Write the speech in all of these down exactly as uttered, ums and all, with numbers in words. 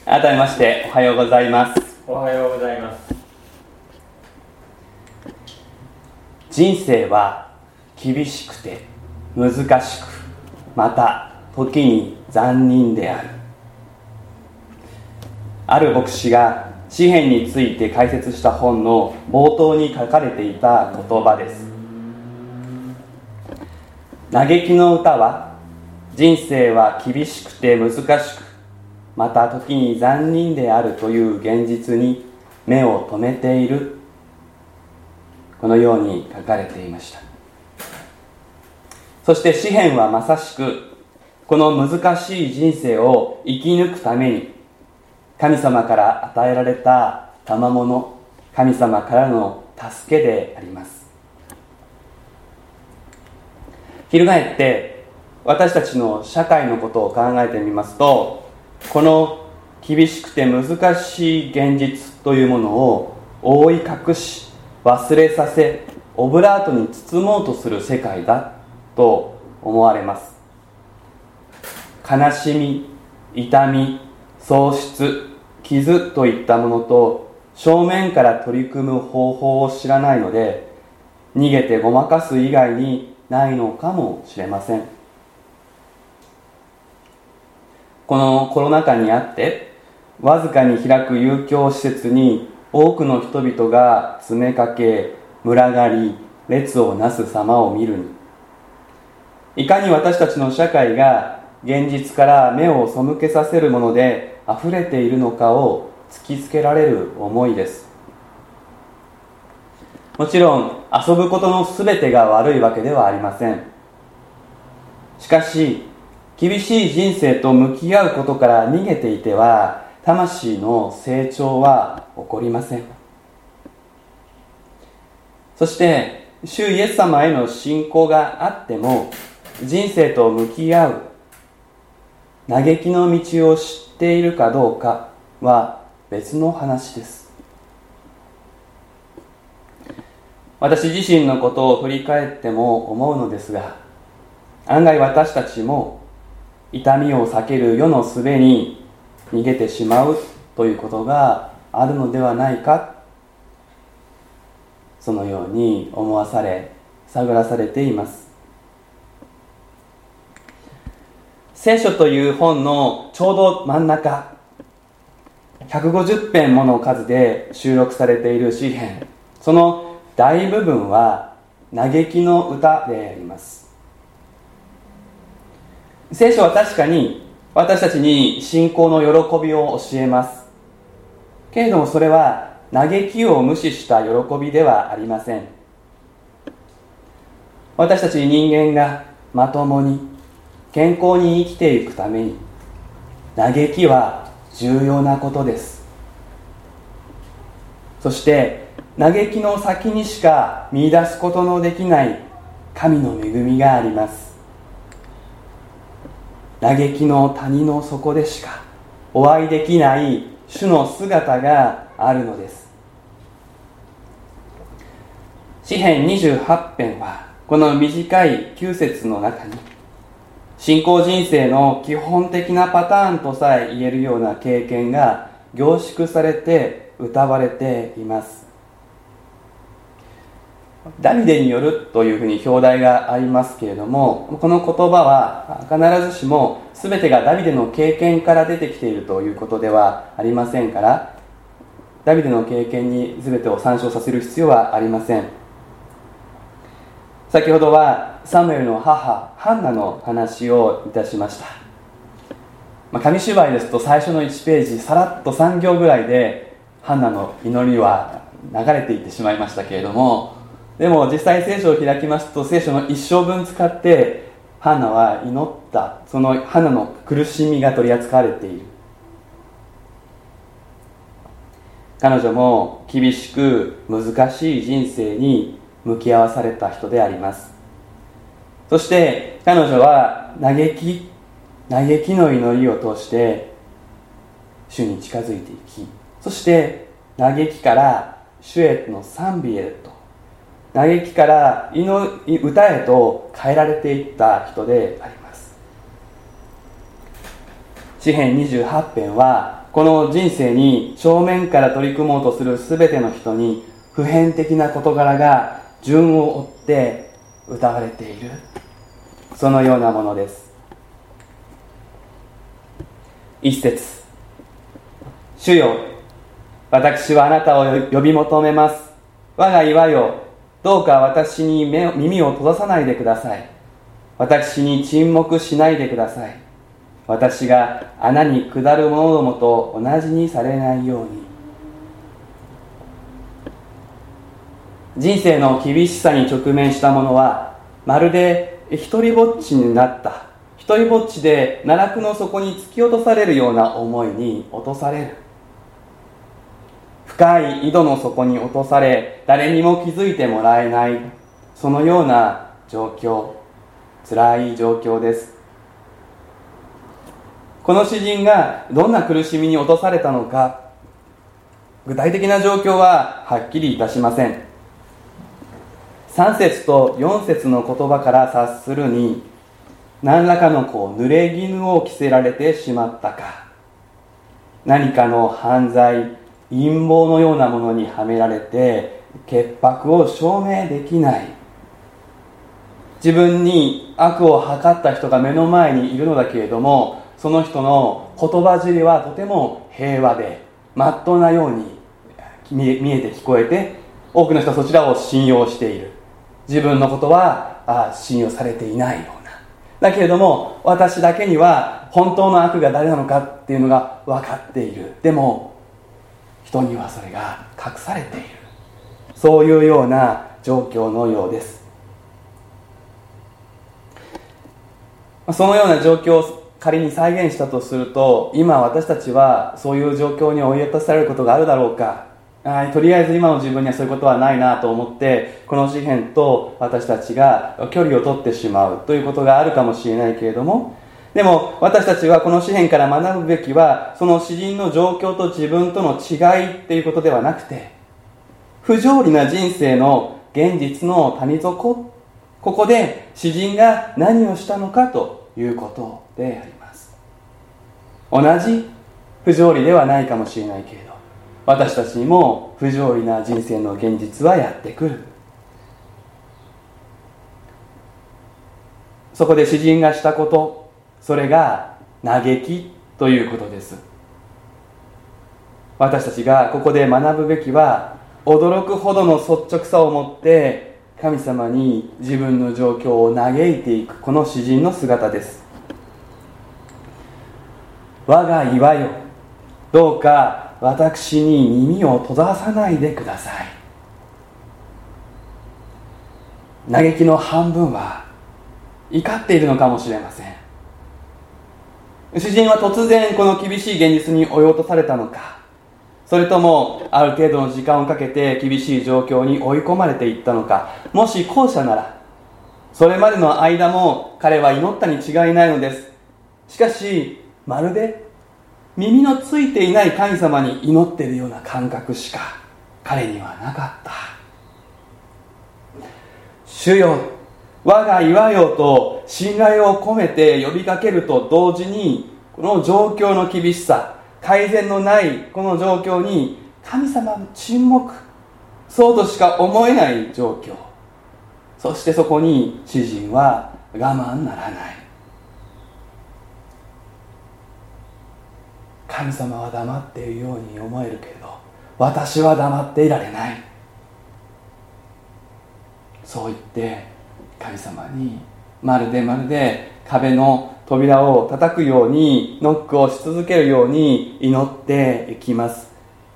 改めましておはようございます。 おはようございます。 人生は厳しくて難しく、また時に残忍である。ある牧師が詩篇について解説した本の冒頭に書かれていた言葉です。嘆きの歌は、人生は厳しくて難しく、また時に残忍であるという現実に目を留めている、このように書かれていました。そして詩篇はまさしくこの難しい人生を生き抜くために神様から与えられた賜物、神様からの助けであります。翻って私たちの社会のことを考えてみますと、この厳しくて難しい現実というものを覆い隠し、忘れさせ、オブラートに包もうとする世界だと思われます。悲しみ、痛み、喪失、傷といったものと正面から取り組む方法を知らないので、逃げてごまかす以外にないのかもしれません。このコロナ禍にあってわずかに開く遊興施設に多くの人々が詰めかけ、群がり、列をなす様を見るに、いかに私たちの社会が現実から目を背けさせるものであふれているのかを突きつけられる思いです。もちろん遊ぶことのすべてが悪いわけではありません。しかし厳しい人生と向き合うことから逃げていては魂の成長は起こりません。そして主イエス様への信仰があっても、人生と向き合う嘆きの道を知っているかどうかは別の話です。私自身のことを振り返っても思うのですが、案外私たちも痛みを避ける世の術に逃げてしまうということがあるのではないか、そのように思わされ探らされています。聖書という本のちょうど真ん中、ひゃくごじゅっぺんもの数で収録されている詩篇、その大部分は嘆きの歌であります。聖書は確かに私たちに信仰の喜びを教えます。けれどもそれは嘆きを無視した喜びではありません。私たち人間がまともに健康に生きていくために嘆きは重要なことです。そして嘆きの先にしか見出すことのできない神の恵みがあります。嘆きの谷の底でしかお会いできない主の姿があるのです。詩編にじゅうはち編はこの短いきゅう節の中に、信仰人生の基本的なパターンとさえ言えるような経験が凝縮されて歌われています。ダビデによるというふうに表題がありますけれども、この言葉は必ずしも全てがダビデの経験から出てきているということではありませんから、ダビデの経験に全てを参照させる必要はありません。先ほどはサムエルの母ハンナの話をいたしました。まあ、紙芝居ですと最初のいちページさらっとさん行ぐらいでハンナの祈りは流れていってしまいましたけれども、でも実際聖書を開きますと聖書の一生分使ってハンナは祈った、そのハンナの苦しみが取り扱われている。彼女も厳しく難しい人生に向き合わされた人であります。そして彼女は嘆き嘆きの祈りを通して主に近づいていき、そして嘆きから主への賛美へと、嘆きから祈歌へと変えられていった人であります。 詩編にじゅうはち編はこの人生に正面から取り組もうとするすべての人に普遍的な事柄が順を追って歌われている、そのようなものです。一節、主よ、私はあなたを呼び求めます。我が岩よ、どうか私に目を耳を閉ざさないでください。私に沈黙しないでください。私が穴に下る者どもと同じにされないように。人生の厳しさに直面した者はまるで一人ぼっちになった、一人ぼっちで奈落の底に突き落とされるような思いに落とされる。深い井戸の底に落とされ、誰にも気づいてもらえない、そのような状況、辛い状況です。この詩人がどんな苦しみに落とされたのか、具体的な状況ははっきりいたしません。さん節とよん節の言葉から察するに、何らかのこう濡れ衣を着せられてしまったか、何かの犯罪、陰謀のようなものにはめられて潔白を証明できない、自分に悪を図った人が目の前にいるのだけれども、その人の言葉尻はとても平和でまっとうなように見え、見えて聞こえて、多くの人はそちらを信用している。自分のことはあ信用されていないような、だけれども私だけには本当の悪が誰なのかっていうのが分かっている。でも人にはそれが隠されている、そういうような状況のようです。そのような状況を仮に再現したとすると、今私たちはそういう状況に追い落とされることがあるだろうか。あとりあえず今の自分にはそういうことはないなと思って、この詩篇と私たちが距離を取ってしまうということがあるかもしれないけれども、でも私たちはこの詩篇から学ぶべきは、その詩人の状況と自分との違いっていうことではなくて、不条理な人生の現実の谷底、ここで詩人が何をしたのかということであります。同じ不条理ではないかもしれないけれど、私たちにも不条理な人生の現実はやってくる。そこで詩人がしたこと、それが嘆きということです。私たちがここで学ぶべきは、驚くほどの率直さを持って神様に自分の状況を嘆いていく、この詩人の姿です。我が岩よ、どうか私に耳を閉ざさないでください。嘆きの半分は怒っているのかもしれません。詩人は突然この厳しい現実に追い落とされたのか、それともある程度の時間をかけて厳しい状況に追い込まれていったのか。もし後者なら、それまでの間も彼は祈ったに違いないのです。しかしまるで耳のついていない神様に祈っているような感覚しか彼にはなかった。主よ、我が岩よと信頼を込めて呼びかけると同時に、この状況の厳しさ、改善のないこの状況に神様の沈黙、そうとしか思えない状況、そしてそこに詩人は我慢ならない。神様は黙っているように思えるけれど、私は黙っていられない。そう言って神様にまるでまるで壁の扉を叩くように、ノックをし続けるように祈っていきます。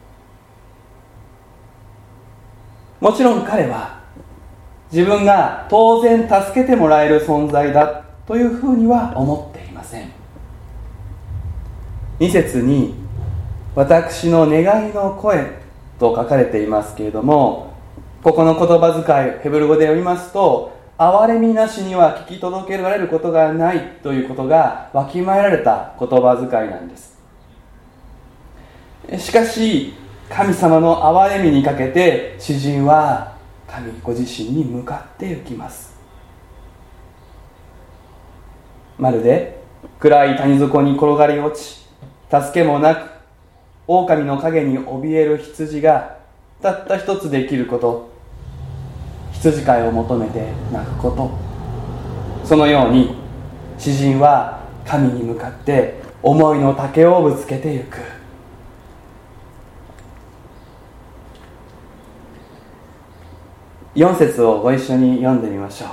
もちろん彼は自分が当然助けてもらえる存在だというふうには思っていません。に節に私の願いの声と書かれていますけれども、ここの言葉遣い、ヘブル語で読みますと、憐れみなしには聞き届けられることがないということがわきまえられた言葉遣いなんです。しかし神様の憐れみにかけて詩人は神ご自身に向かって行きます。まるで暗い谷底に転がり落ち、助けもなく狼の影に怯える羊がたった一つできること、羊飼いを求めて泣くこと。そのように詩人は神に向かって思いの丈をぶつけてゆく。よん節をご一緒に読んでみましょう。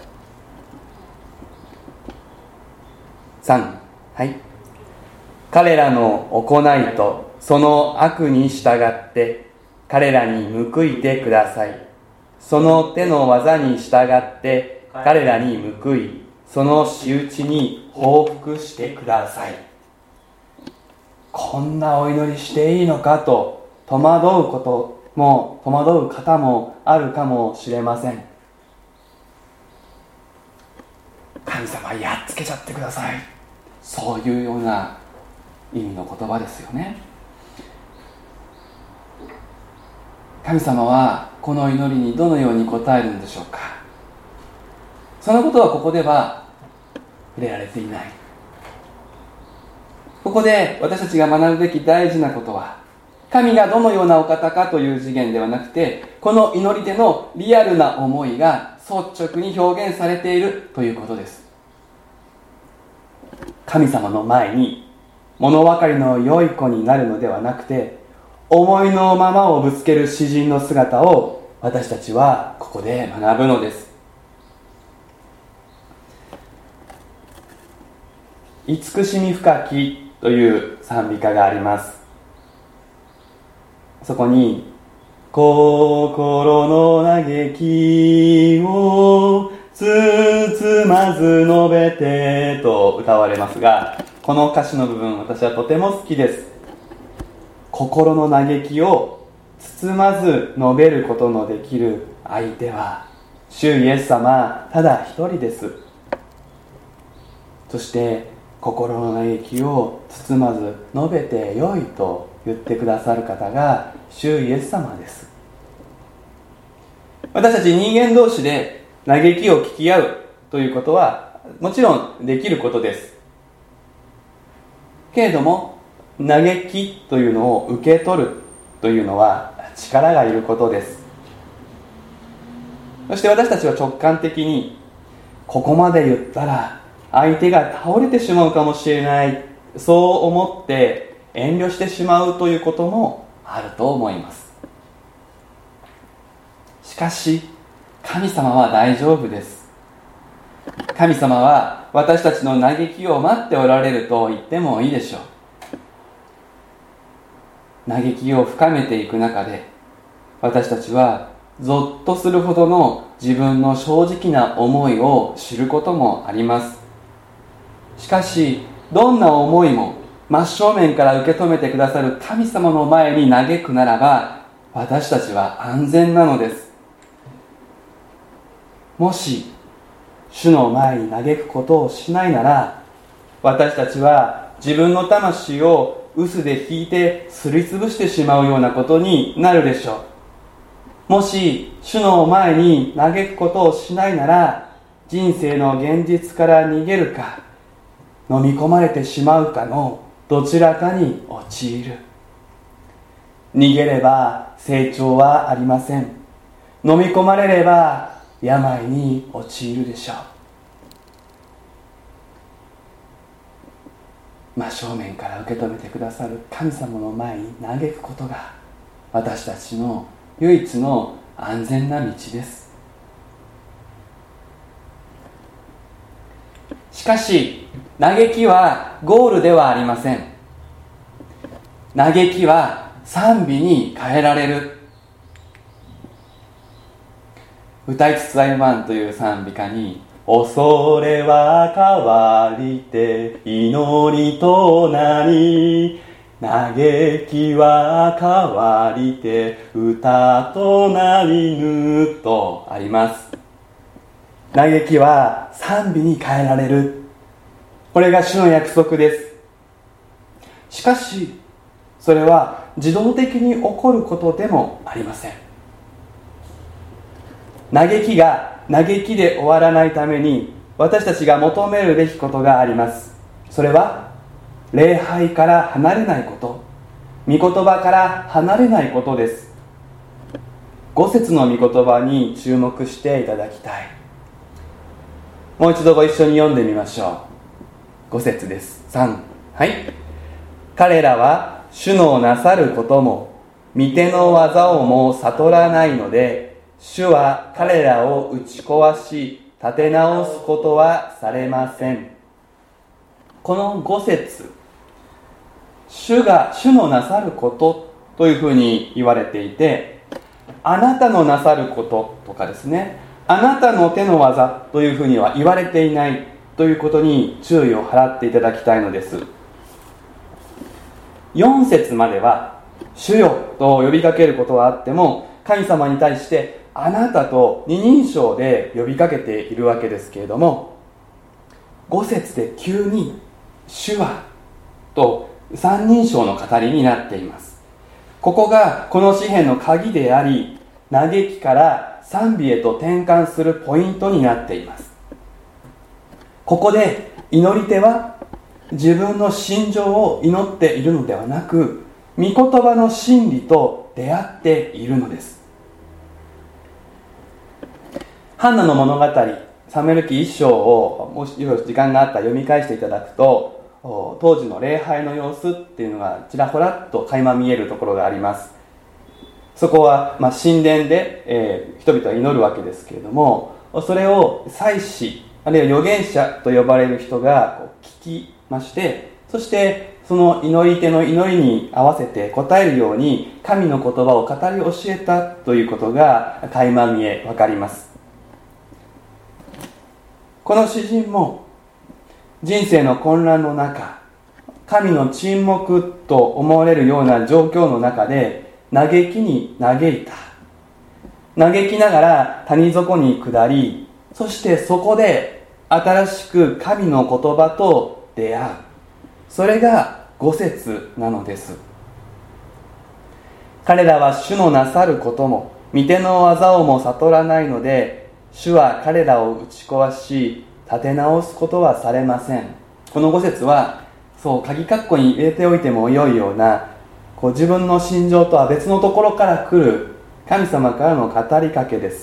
さん、はい。彼らの行いとその悪に従って彼らに報いてください。その手の技に従って彼らに報い、その仕打ちに報復してください。こんなお祈りしていいのかと戸惑うことも戸惑う方もあるかもしれません。神様やっつけちゃってください、そういうような意味の言葉ですよね。神様はこの祈りにどのように応えるんでしょうか。そのことはここでは触れられていない。ここで私たちが学ぶべき大事なことは、神がどのようなお方かという次元ではなくて、この祈りでのリアルな思いが率直に表現されているということです。神様の前に物分かりの良い子になるのではなくて、思いのままをぶつける詩人の姿を私たちはここで学ぶのです。慈しみ深きという賛美歌があります。そこに心の嘆きを包まず述べてと歌われますが、この歌詞の部分、私はとても好きです。心の嘆きを包まず述べることのできる相手は主イエス様ただ一人です。そして心の嘆きを包まず述べてよいと言ってくださる方が主イエス様です。私たち人間同士で嘆きを聞き合うということはもちろんできることです。けれども嘆きというのを受け取るというのは力がいることです。そして私たちは直感的にここまで言ったら相手が倒れてしまうかもしれない、そう思って遠慮してしまうということもあると思います。しかし神様は大丈夫です。神様は私たちの嘆きを待っておられると言ってもいいでしょう。嘆きを深めていく中で私たちはゾッとするほどの自分の正直な思いを知ることもあります。しかしどんな思いも真正面から受け止めてくださる神様の前に嘆くならば私たちは安全なのです。もし主の前に嘆くことをしないなら私たちは自分の魂を臼で引いてすりつぶしてしまうようなことになるでしょう。もし主の前に嘆くことをしないなら人生の現実から逃げるか飲み込まれてしまうかのどちらかに陥る。逃げれば成長はありません。飲み込まれれば病に陥るでしょう。真正面から受け止めてくださる神様の前に嘆くことが私たちの唯一の安全な道です。しかし嘆きはゴールではありません。嘆きは賛美に変えられる。歌いつつあいまんという賛美歌に恐れは変わりて祈りとなり嘆きは変わりて歌となりぬとあります。嘆きは賛美に変えられる。これが主の約束です。しかしそれは自動的に起こることでもありません。嘆きが嘆きで終わらないために私たちが求めるべきことがあります。 それは礼拝から離れないこと、御言葉から離れないことです。ご節の御言葉に注目していただきたい。もう一度ご一緒に読んでみましょう。ご節です。さん、はい。彼らは主のなさることも御手の技をも悟らないので、主は彼らを打ち壊し立て直すことはされません。このご節、主が主のなさることというふうに言われていて、あなたのなさることとかですね、あなたの手の技というふうには言われていないということに注意を払っていただきたいのです。よん節までは主よと呼びかけることはあっても、神様に対してあなたと二人称で呼びかけているわけですけれども、ご節で急に主はと三人称の語りになっています。ここがこの詩篇の鍵であり、嘆きから賛美へと転換するポイントになっています。ここで祈り手は自分の心情を祈っているのではなく、御言葉の真理と出会っているのです。ハンナの物語、サムエル記一章をもし時間があったら読み返していただくと、当時の礼拝の様子っていうのがちらほらっと垣間見えるところがあります。そこは、まあ、神殿で、えー、人々は祈るわけですけれども、それを祭司あるいは預言者と呼ばれる人がこう聞きまして、そしてその祈り手の祈りに合わせて答えるように神の言葉を語り教えたということが垣間見えわかります。この詩人も人生の混乱の中、神の沈黙と思われるような状況の中で嘆きに嘆いた。嘆きながら谷底に下り、そしてそこで新しく神の言葉と出会う。それがご節なのです。彼らは主のなさることも御手の技をも悟らないので、主は彼らを打ち壊し立て直すことはされません。このご節はそう鍵括弧に入れておいても良いような、こう自分の心情とは別のところから来る神様からの語りかけです。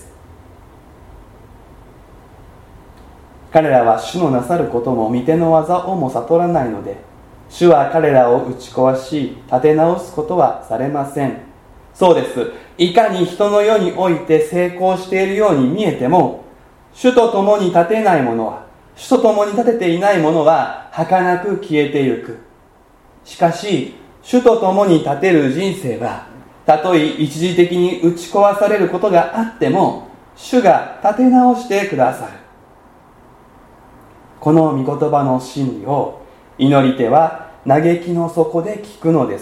彼らは主のなさることも御手の技をも悟らないので、主は彼らを打ち壊し立て直すことはされません。そうです。いかに人の世において成功しているように見えても、主と共に立てない者は、主と共に立てていない者は儚く消えてゆく。しかし主と共に立てる人生は、たとえ一時的に打ち壊されることがあっても、主が立て直してくださる。この御言葉の真理を祈り手は嘆きの底で聞くのです。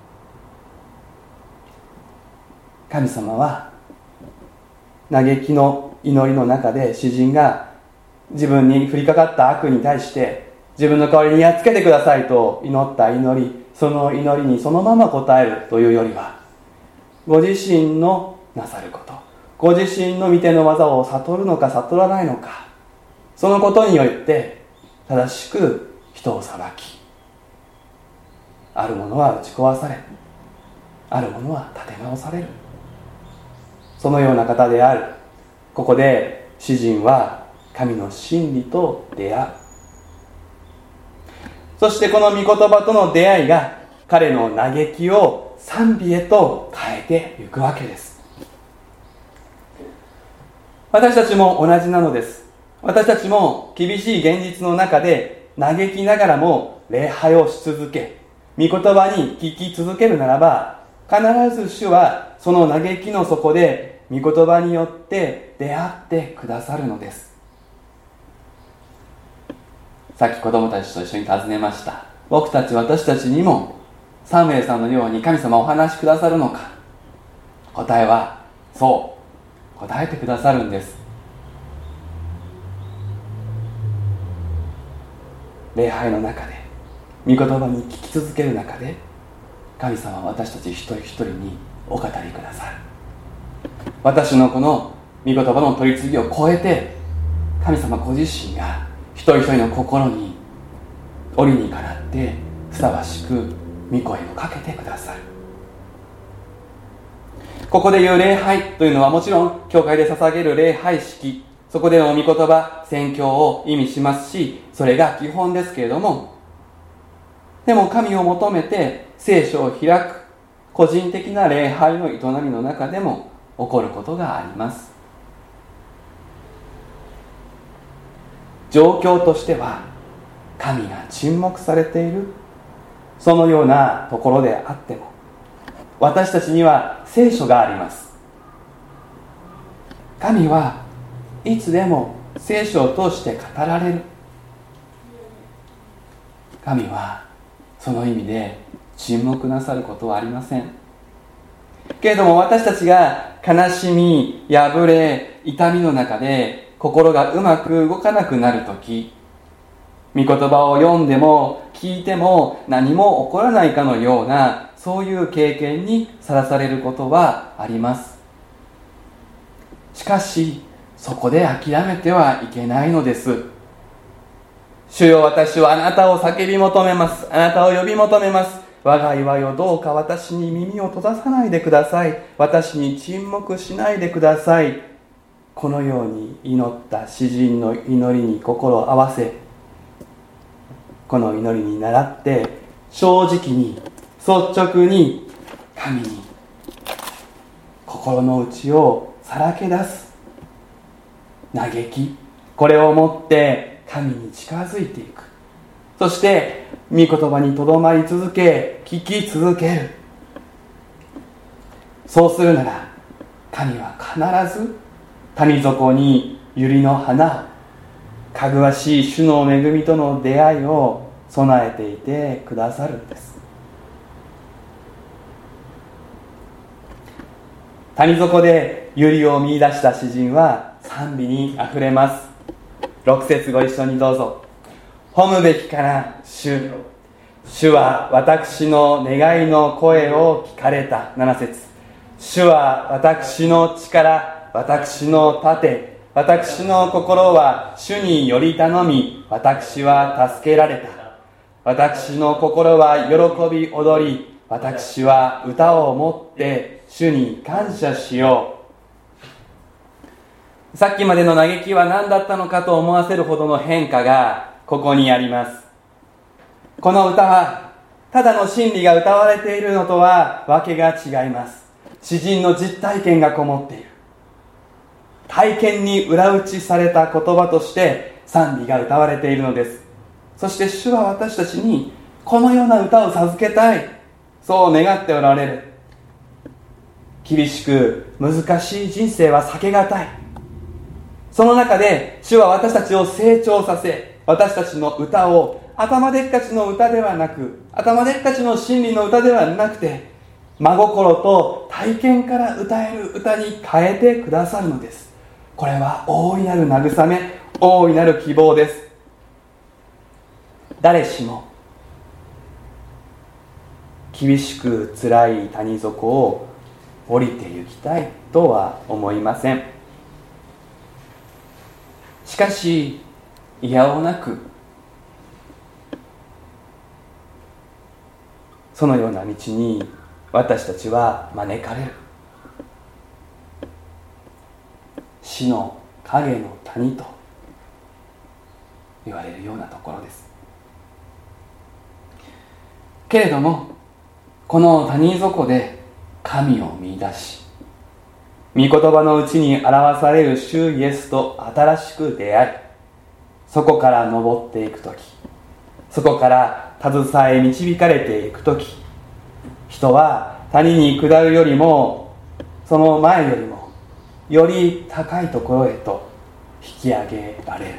神様は嘆きの祈りの中で、詩人が自分に降りかかった悪に対して自分の代わりにやっつけてくださいと祈った祈り、その祈りにそのまま応えるというよりは、ご自身のなさること、ご自身の御手の技を悟るのか悟らないのか、そのことによって正しく人を裁き、あるものは打ち壊され、あるものは立て直される、そのような方である。ここで詩人は神の真理と出会う。そしてこの御言葉との出会いが彼の嘆きを賛美へと変えていくわけです。私たちも同じなのです。私たちも厳しい現実の中で嘆きながらも礼拝をし続け、御言葉に聞き続けるならば、必ず主はその嘆きの底で御言葉によって出会ってくださるのです。さっき子供たちと一緒に尋ねました。僕たち、私たちにもサムエルさんのように神様お話しくださるのか。答えはそう、答えてくださるんです。礼拝の中で御言葉に聞き続ける中で、神様は私たち一人一人にお語りくださる。私のこの御言葉の取り次ぎを超えて、神様ご自身が一人一人の心に折にかなってふさわしく御声をかけてくださる。ここで言う礼拝というのはもちろん教会で捧げる礼拝式、そこでの御言葉宣教を意味しますし、それが基本ですけれども、でも神を求めて聖書を開く個人的な礼拝の営みの中でも起こることがあります。状況としては神が沈黙されている、そのようなところであっても、私たちには聖書があります。神はいつでも聖書を通して語られる。神はその意味で沈黙なさることはありません。けれども私たちが悲しみ、破れ、痛みの中で心がうまく動かなくなるとき、御言葉を読んでも聞いても何も起こらないかのような、そういう経験にさらされることはあります。しかしそこで諦めてはいけないのです。主よ、私はあなたを叫び求めます。あなたを呼び求めます。我が岩よ、どうか私に耳を閉ざさないでください。私に沈黙しないでください。このように祈った詩人の祈りに心を合わせ、この祈りに倣って正直に率直に神に心の内をさらけ出す嘆き、これをもって神に近づいていく。そして御言葉にとどまり続け、聞き続ける。そうするなら神は必ず谷底に百合の花を、かぐわしい主の恵みとの出会いを備えていてくださるんです。谷底で百合を見出した詩人は賛美にあふれます。ろく節ご一緒にどうぞ。褒むべきから主、主は私の願いの声を聞かれた。なな節、主は私の力、私の盾、私の心は主により頼み、私は助けられた。私の心は喜び踊り、私は歌をもって主に感謝しよう。さっきまでの嘆きは何だったのかと思わせるほどの変化がここにあります。この歌はただの真理が歌われているのとはわけが違います。詩人の実体験がこもっている。体験に裏打ちされた言葉として賛美が歌われているのです。そして主は私たちにこのような歌を授けたい、そう願っておられる。厳しく難しい人生は避けがたい。その中で主は私たちを成長させ、私たちの歌を頭でっかちの歌ではなく、頭でっかちの真理の歌ではなくて、真心と体験から歌える歌に変えてくださるのです。これは大いなる慰め、大いなる希望です。誰しも厳しく辛い谷底を降りて行きたいとは思いません。しかしいやおなくそのような道に私たちは招かれる。死の影の谷と言われるようなところです。けれどもこの谷底で神を見出し、御言葉のうちに表される主イエスと新しく出会い、そこから登っていくとき、そこから携え導かれていくとき、人は谷に下るよりもその前よりもより高いところへと引き上げられる。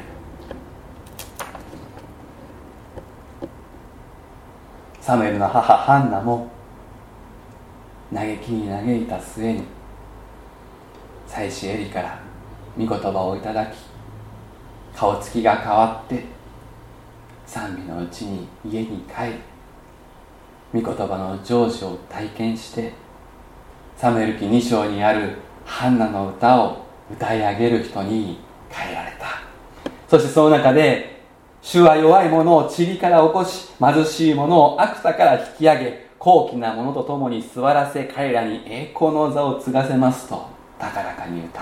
サムエルの母ハンナも嘆きに嘆いた末に妻子エリから御言葉をいただき、顔つきが変わって賛美のうちに家に帰り、御言葉の成就を体験して、サムエル記に章にあるハンナの歌を歌い上げる人に変えられた。そしてその中で主は弱い者を塵から起こし、貧しい者を悪田から引き上げ、高貴な者と共に座らせ、彼らに栄光の座を継がせますと高らかに歌う。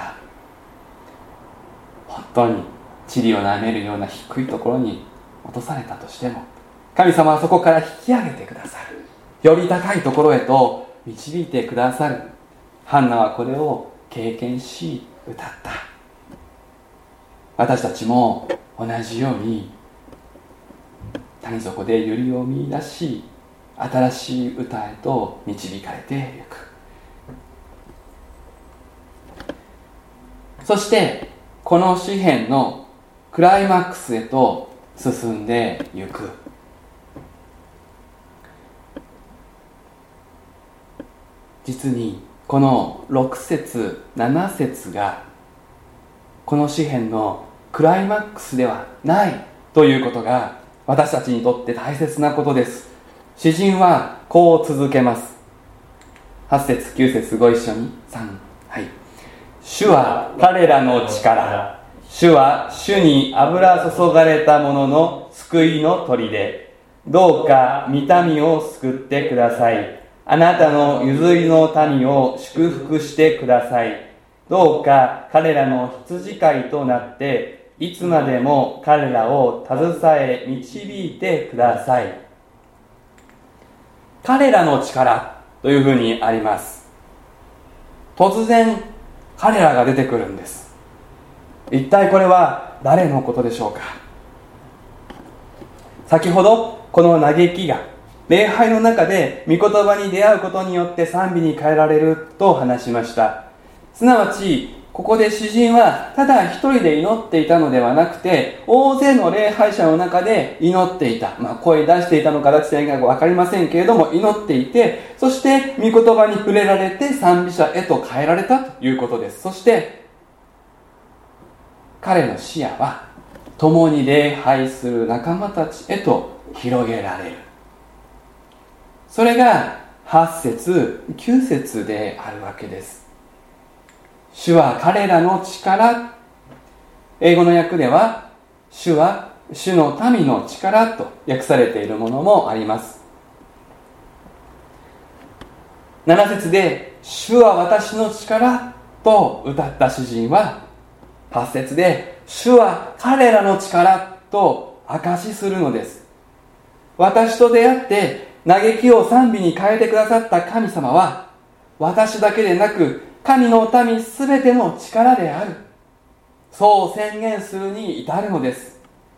本当に塵を舐めるような低いところに落とされたとしても、神様はそこから引き上げてくださる。より高いところへと導いてくださる。ハンナはこれを経験し歌った。私たちも同じように谷底で百合を見出し、新しい歌へと導かれていく。そしてこの詩篇のクライマックスへと進んでいく。実にこのろく節なな節がこの詩篇のクライマックスではないということが私たちにとって大切なことです。詩人はこう続けます。はち節きゅう節ご一緒に。さん、はい。主は彼らの力、主は主に油注がれた者の救いの砦。どうか御民を救ってください。あなたの譲りの民を祝福してください。どうか彼らの羊飼いとなっていつまでも彼らを携え導いてください。彼らの力というふうにあります。突然彼らが出てくるんです。一体これは誰のことでしょうか。先ほどこの嘆きが礼拝の中で御言葉に出会うことによって賛美に変えられると話しました。すなわちここで詩人はただ一人で祈っていたのではなくて、大勢の礼拝者の中で祈っていた、まあ、声出していたのか出していないのか分かりませんけれども祈っていて、そして御言葉に触れられて賛美者へと変えられたということです。そして彼の視野は共に礼拝する仲間たちへと広げられる。それがはち節きゅう節であるわけです。主は彼らの力、英語の訳では主は主の民の力と訳されているものもあります。なな節で主は私の力と歌った詩人ははち節で主は彼らの力と証しするのです。私と出会って嘆きを賛美に変えてくださった神様は私だけでなく神の民すべての力である、そう宣言するに至るのです。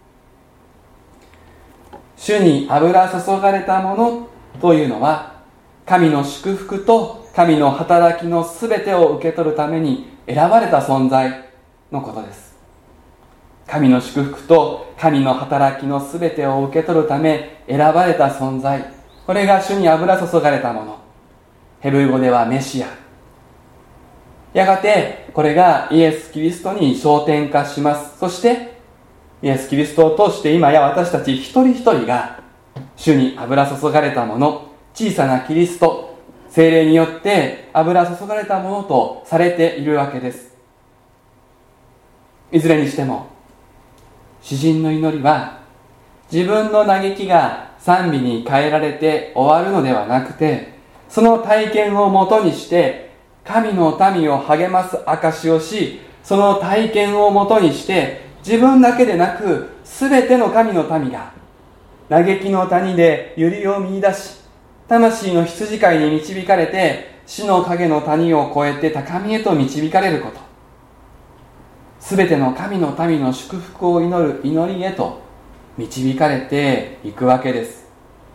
主に油注がれたものというのは神の祝福と神の働きのすべてを受け取るために選ばれた存在のことです。神の祝福と神の働きのすべてを受け取るため選ばれた存在、これが主に油注がれたもの、ヘブル語ではメシア。やがてこれがイエス・キリストに昇天化します。そしてイエス・キリストを通して今や私たち一人一人が主に油注がれたもの、小さなキリスト、聖霊によって油注がれたものとされているわけです。いずれにしても詩人の祈りは自分の嘆きが賛美に変えられて終わるのではなくて、その体験をもとにして神の民を励ます証をし、その体験をもとにして自分だけでなく全ての神の民が嘆きの谷で百合を見出し、魂の羊飼いに導かれて死の影の谷を越えて高みへと導かれること、全ての神の民の祝福を祈る祈りへと導かれていくわけです。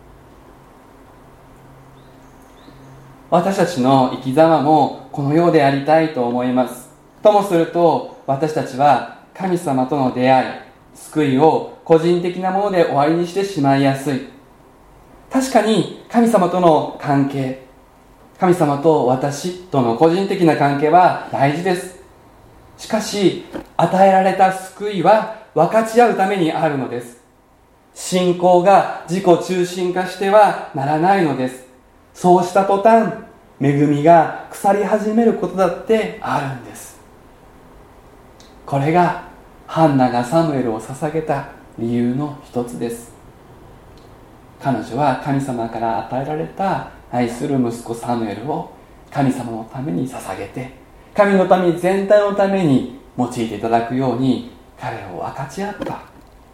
私たちの生き様もこのようでありたいと思います。ともすると私たちは神様との出会い、救いを個人的なもので終わりにしてしまいやすい。確かに神様との関係、神様と私との個人的な関係は大事です。しかし与えられた救いは分かち合うためにあるのです。信仰が自己中心化してはならないのです。そうした途端、恵みが腐り始めることだってあるんです。これがハンナがサムエルを捧げた理由の一つです。彼女は神様から与えられた愛する息子サムエルを神様のために捧げて、神の民全体のために用いていただくように彼を分かち合った。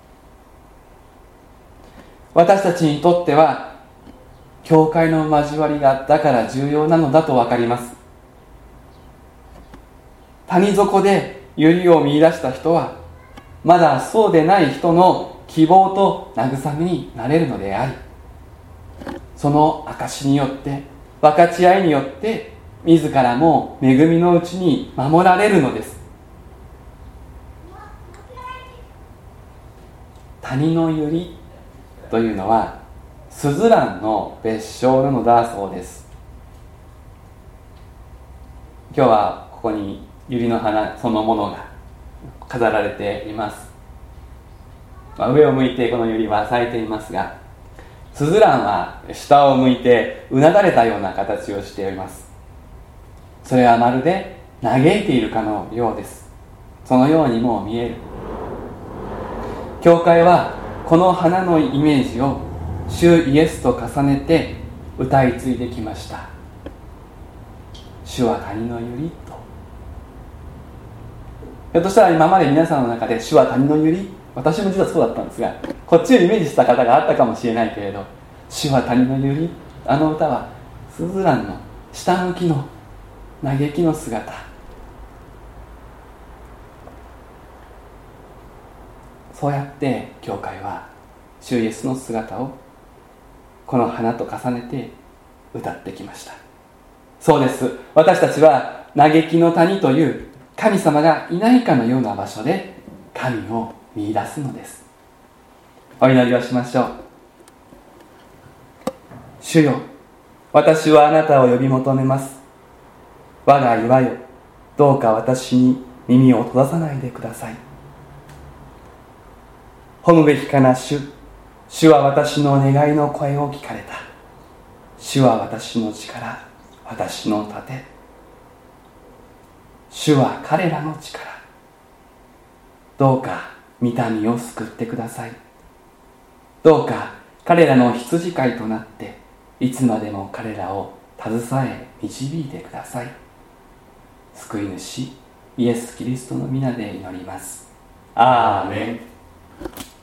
私たちにとっては教会の交わりがだから重要なのだと分かります。谷底で百合を見出した人はまだそうでない人の希望と慰めになれるのであり、その証によって分かち合いによって自らも恵みのうちに守られるのです。谷の百合というのはスズランの別称なのだそうです。今日はここに百合の花そのものが飾られています。まあ、上を向いてこの百合は咲いていますが、スズランは下を向いてうなだれたような形をしております。それはまるで嘆いているかのようです。そのようにも見える。教会はこの花のイメージを主イエスと重ねて歌い継いできました。主は谷の百合と。ひょっとしたら今まで皆さんの中で主は谷の百合、私も実はそうだったんですが、こっちをイメージした方があったかもしれないけれど、主は谷の百合、あの歌はスズランの下向きの嘆きの姿。そうやって教会は主イエスの姿をこの花と重ねて歌ってきました。そうです。私たちは嘆きの谷という神様がいないかのような場所で神を見出すのです。お祈りをしましょう。主よ、私はあなたを呼び求めます。我が岩よ、どうか私に耳を閉ざさないでください。褒むべきかな主。主は私の願いの声を聞かれた。主は私の力、私の盾。主は彼らの力。どうか御民を救ってください。どうか彼らの羊飼いとなっていつまでも彼らを携え導いてください。救い主イエス・キリストの皆で祈ります。アーメン。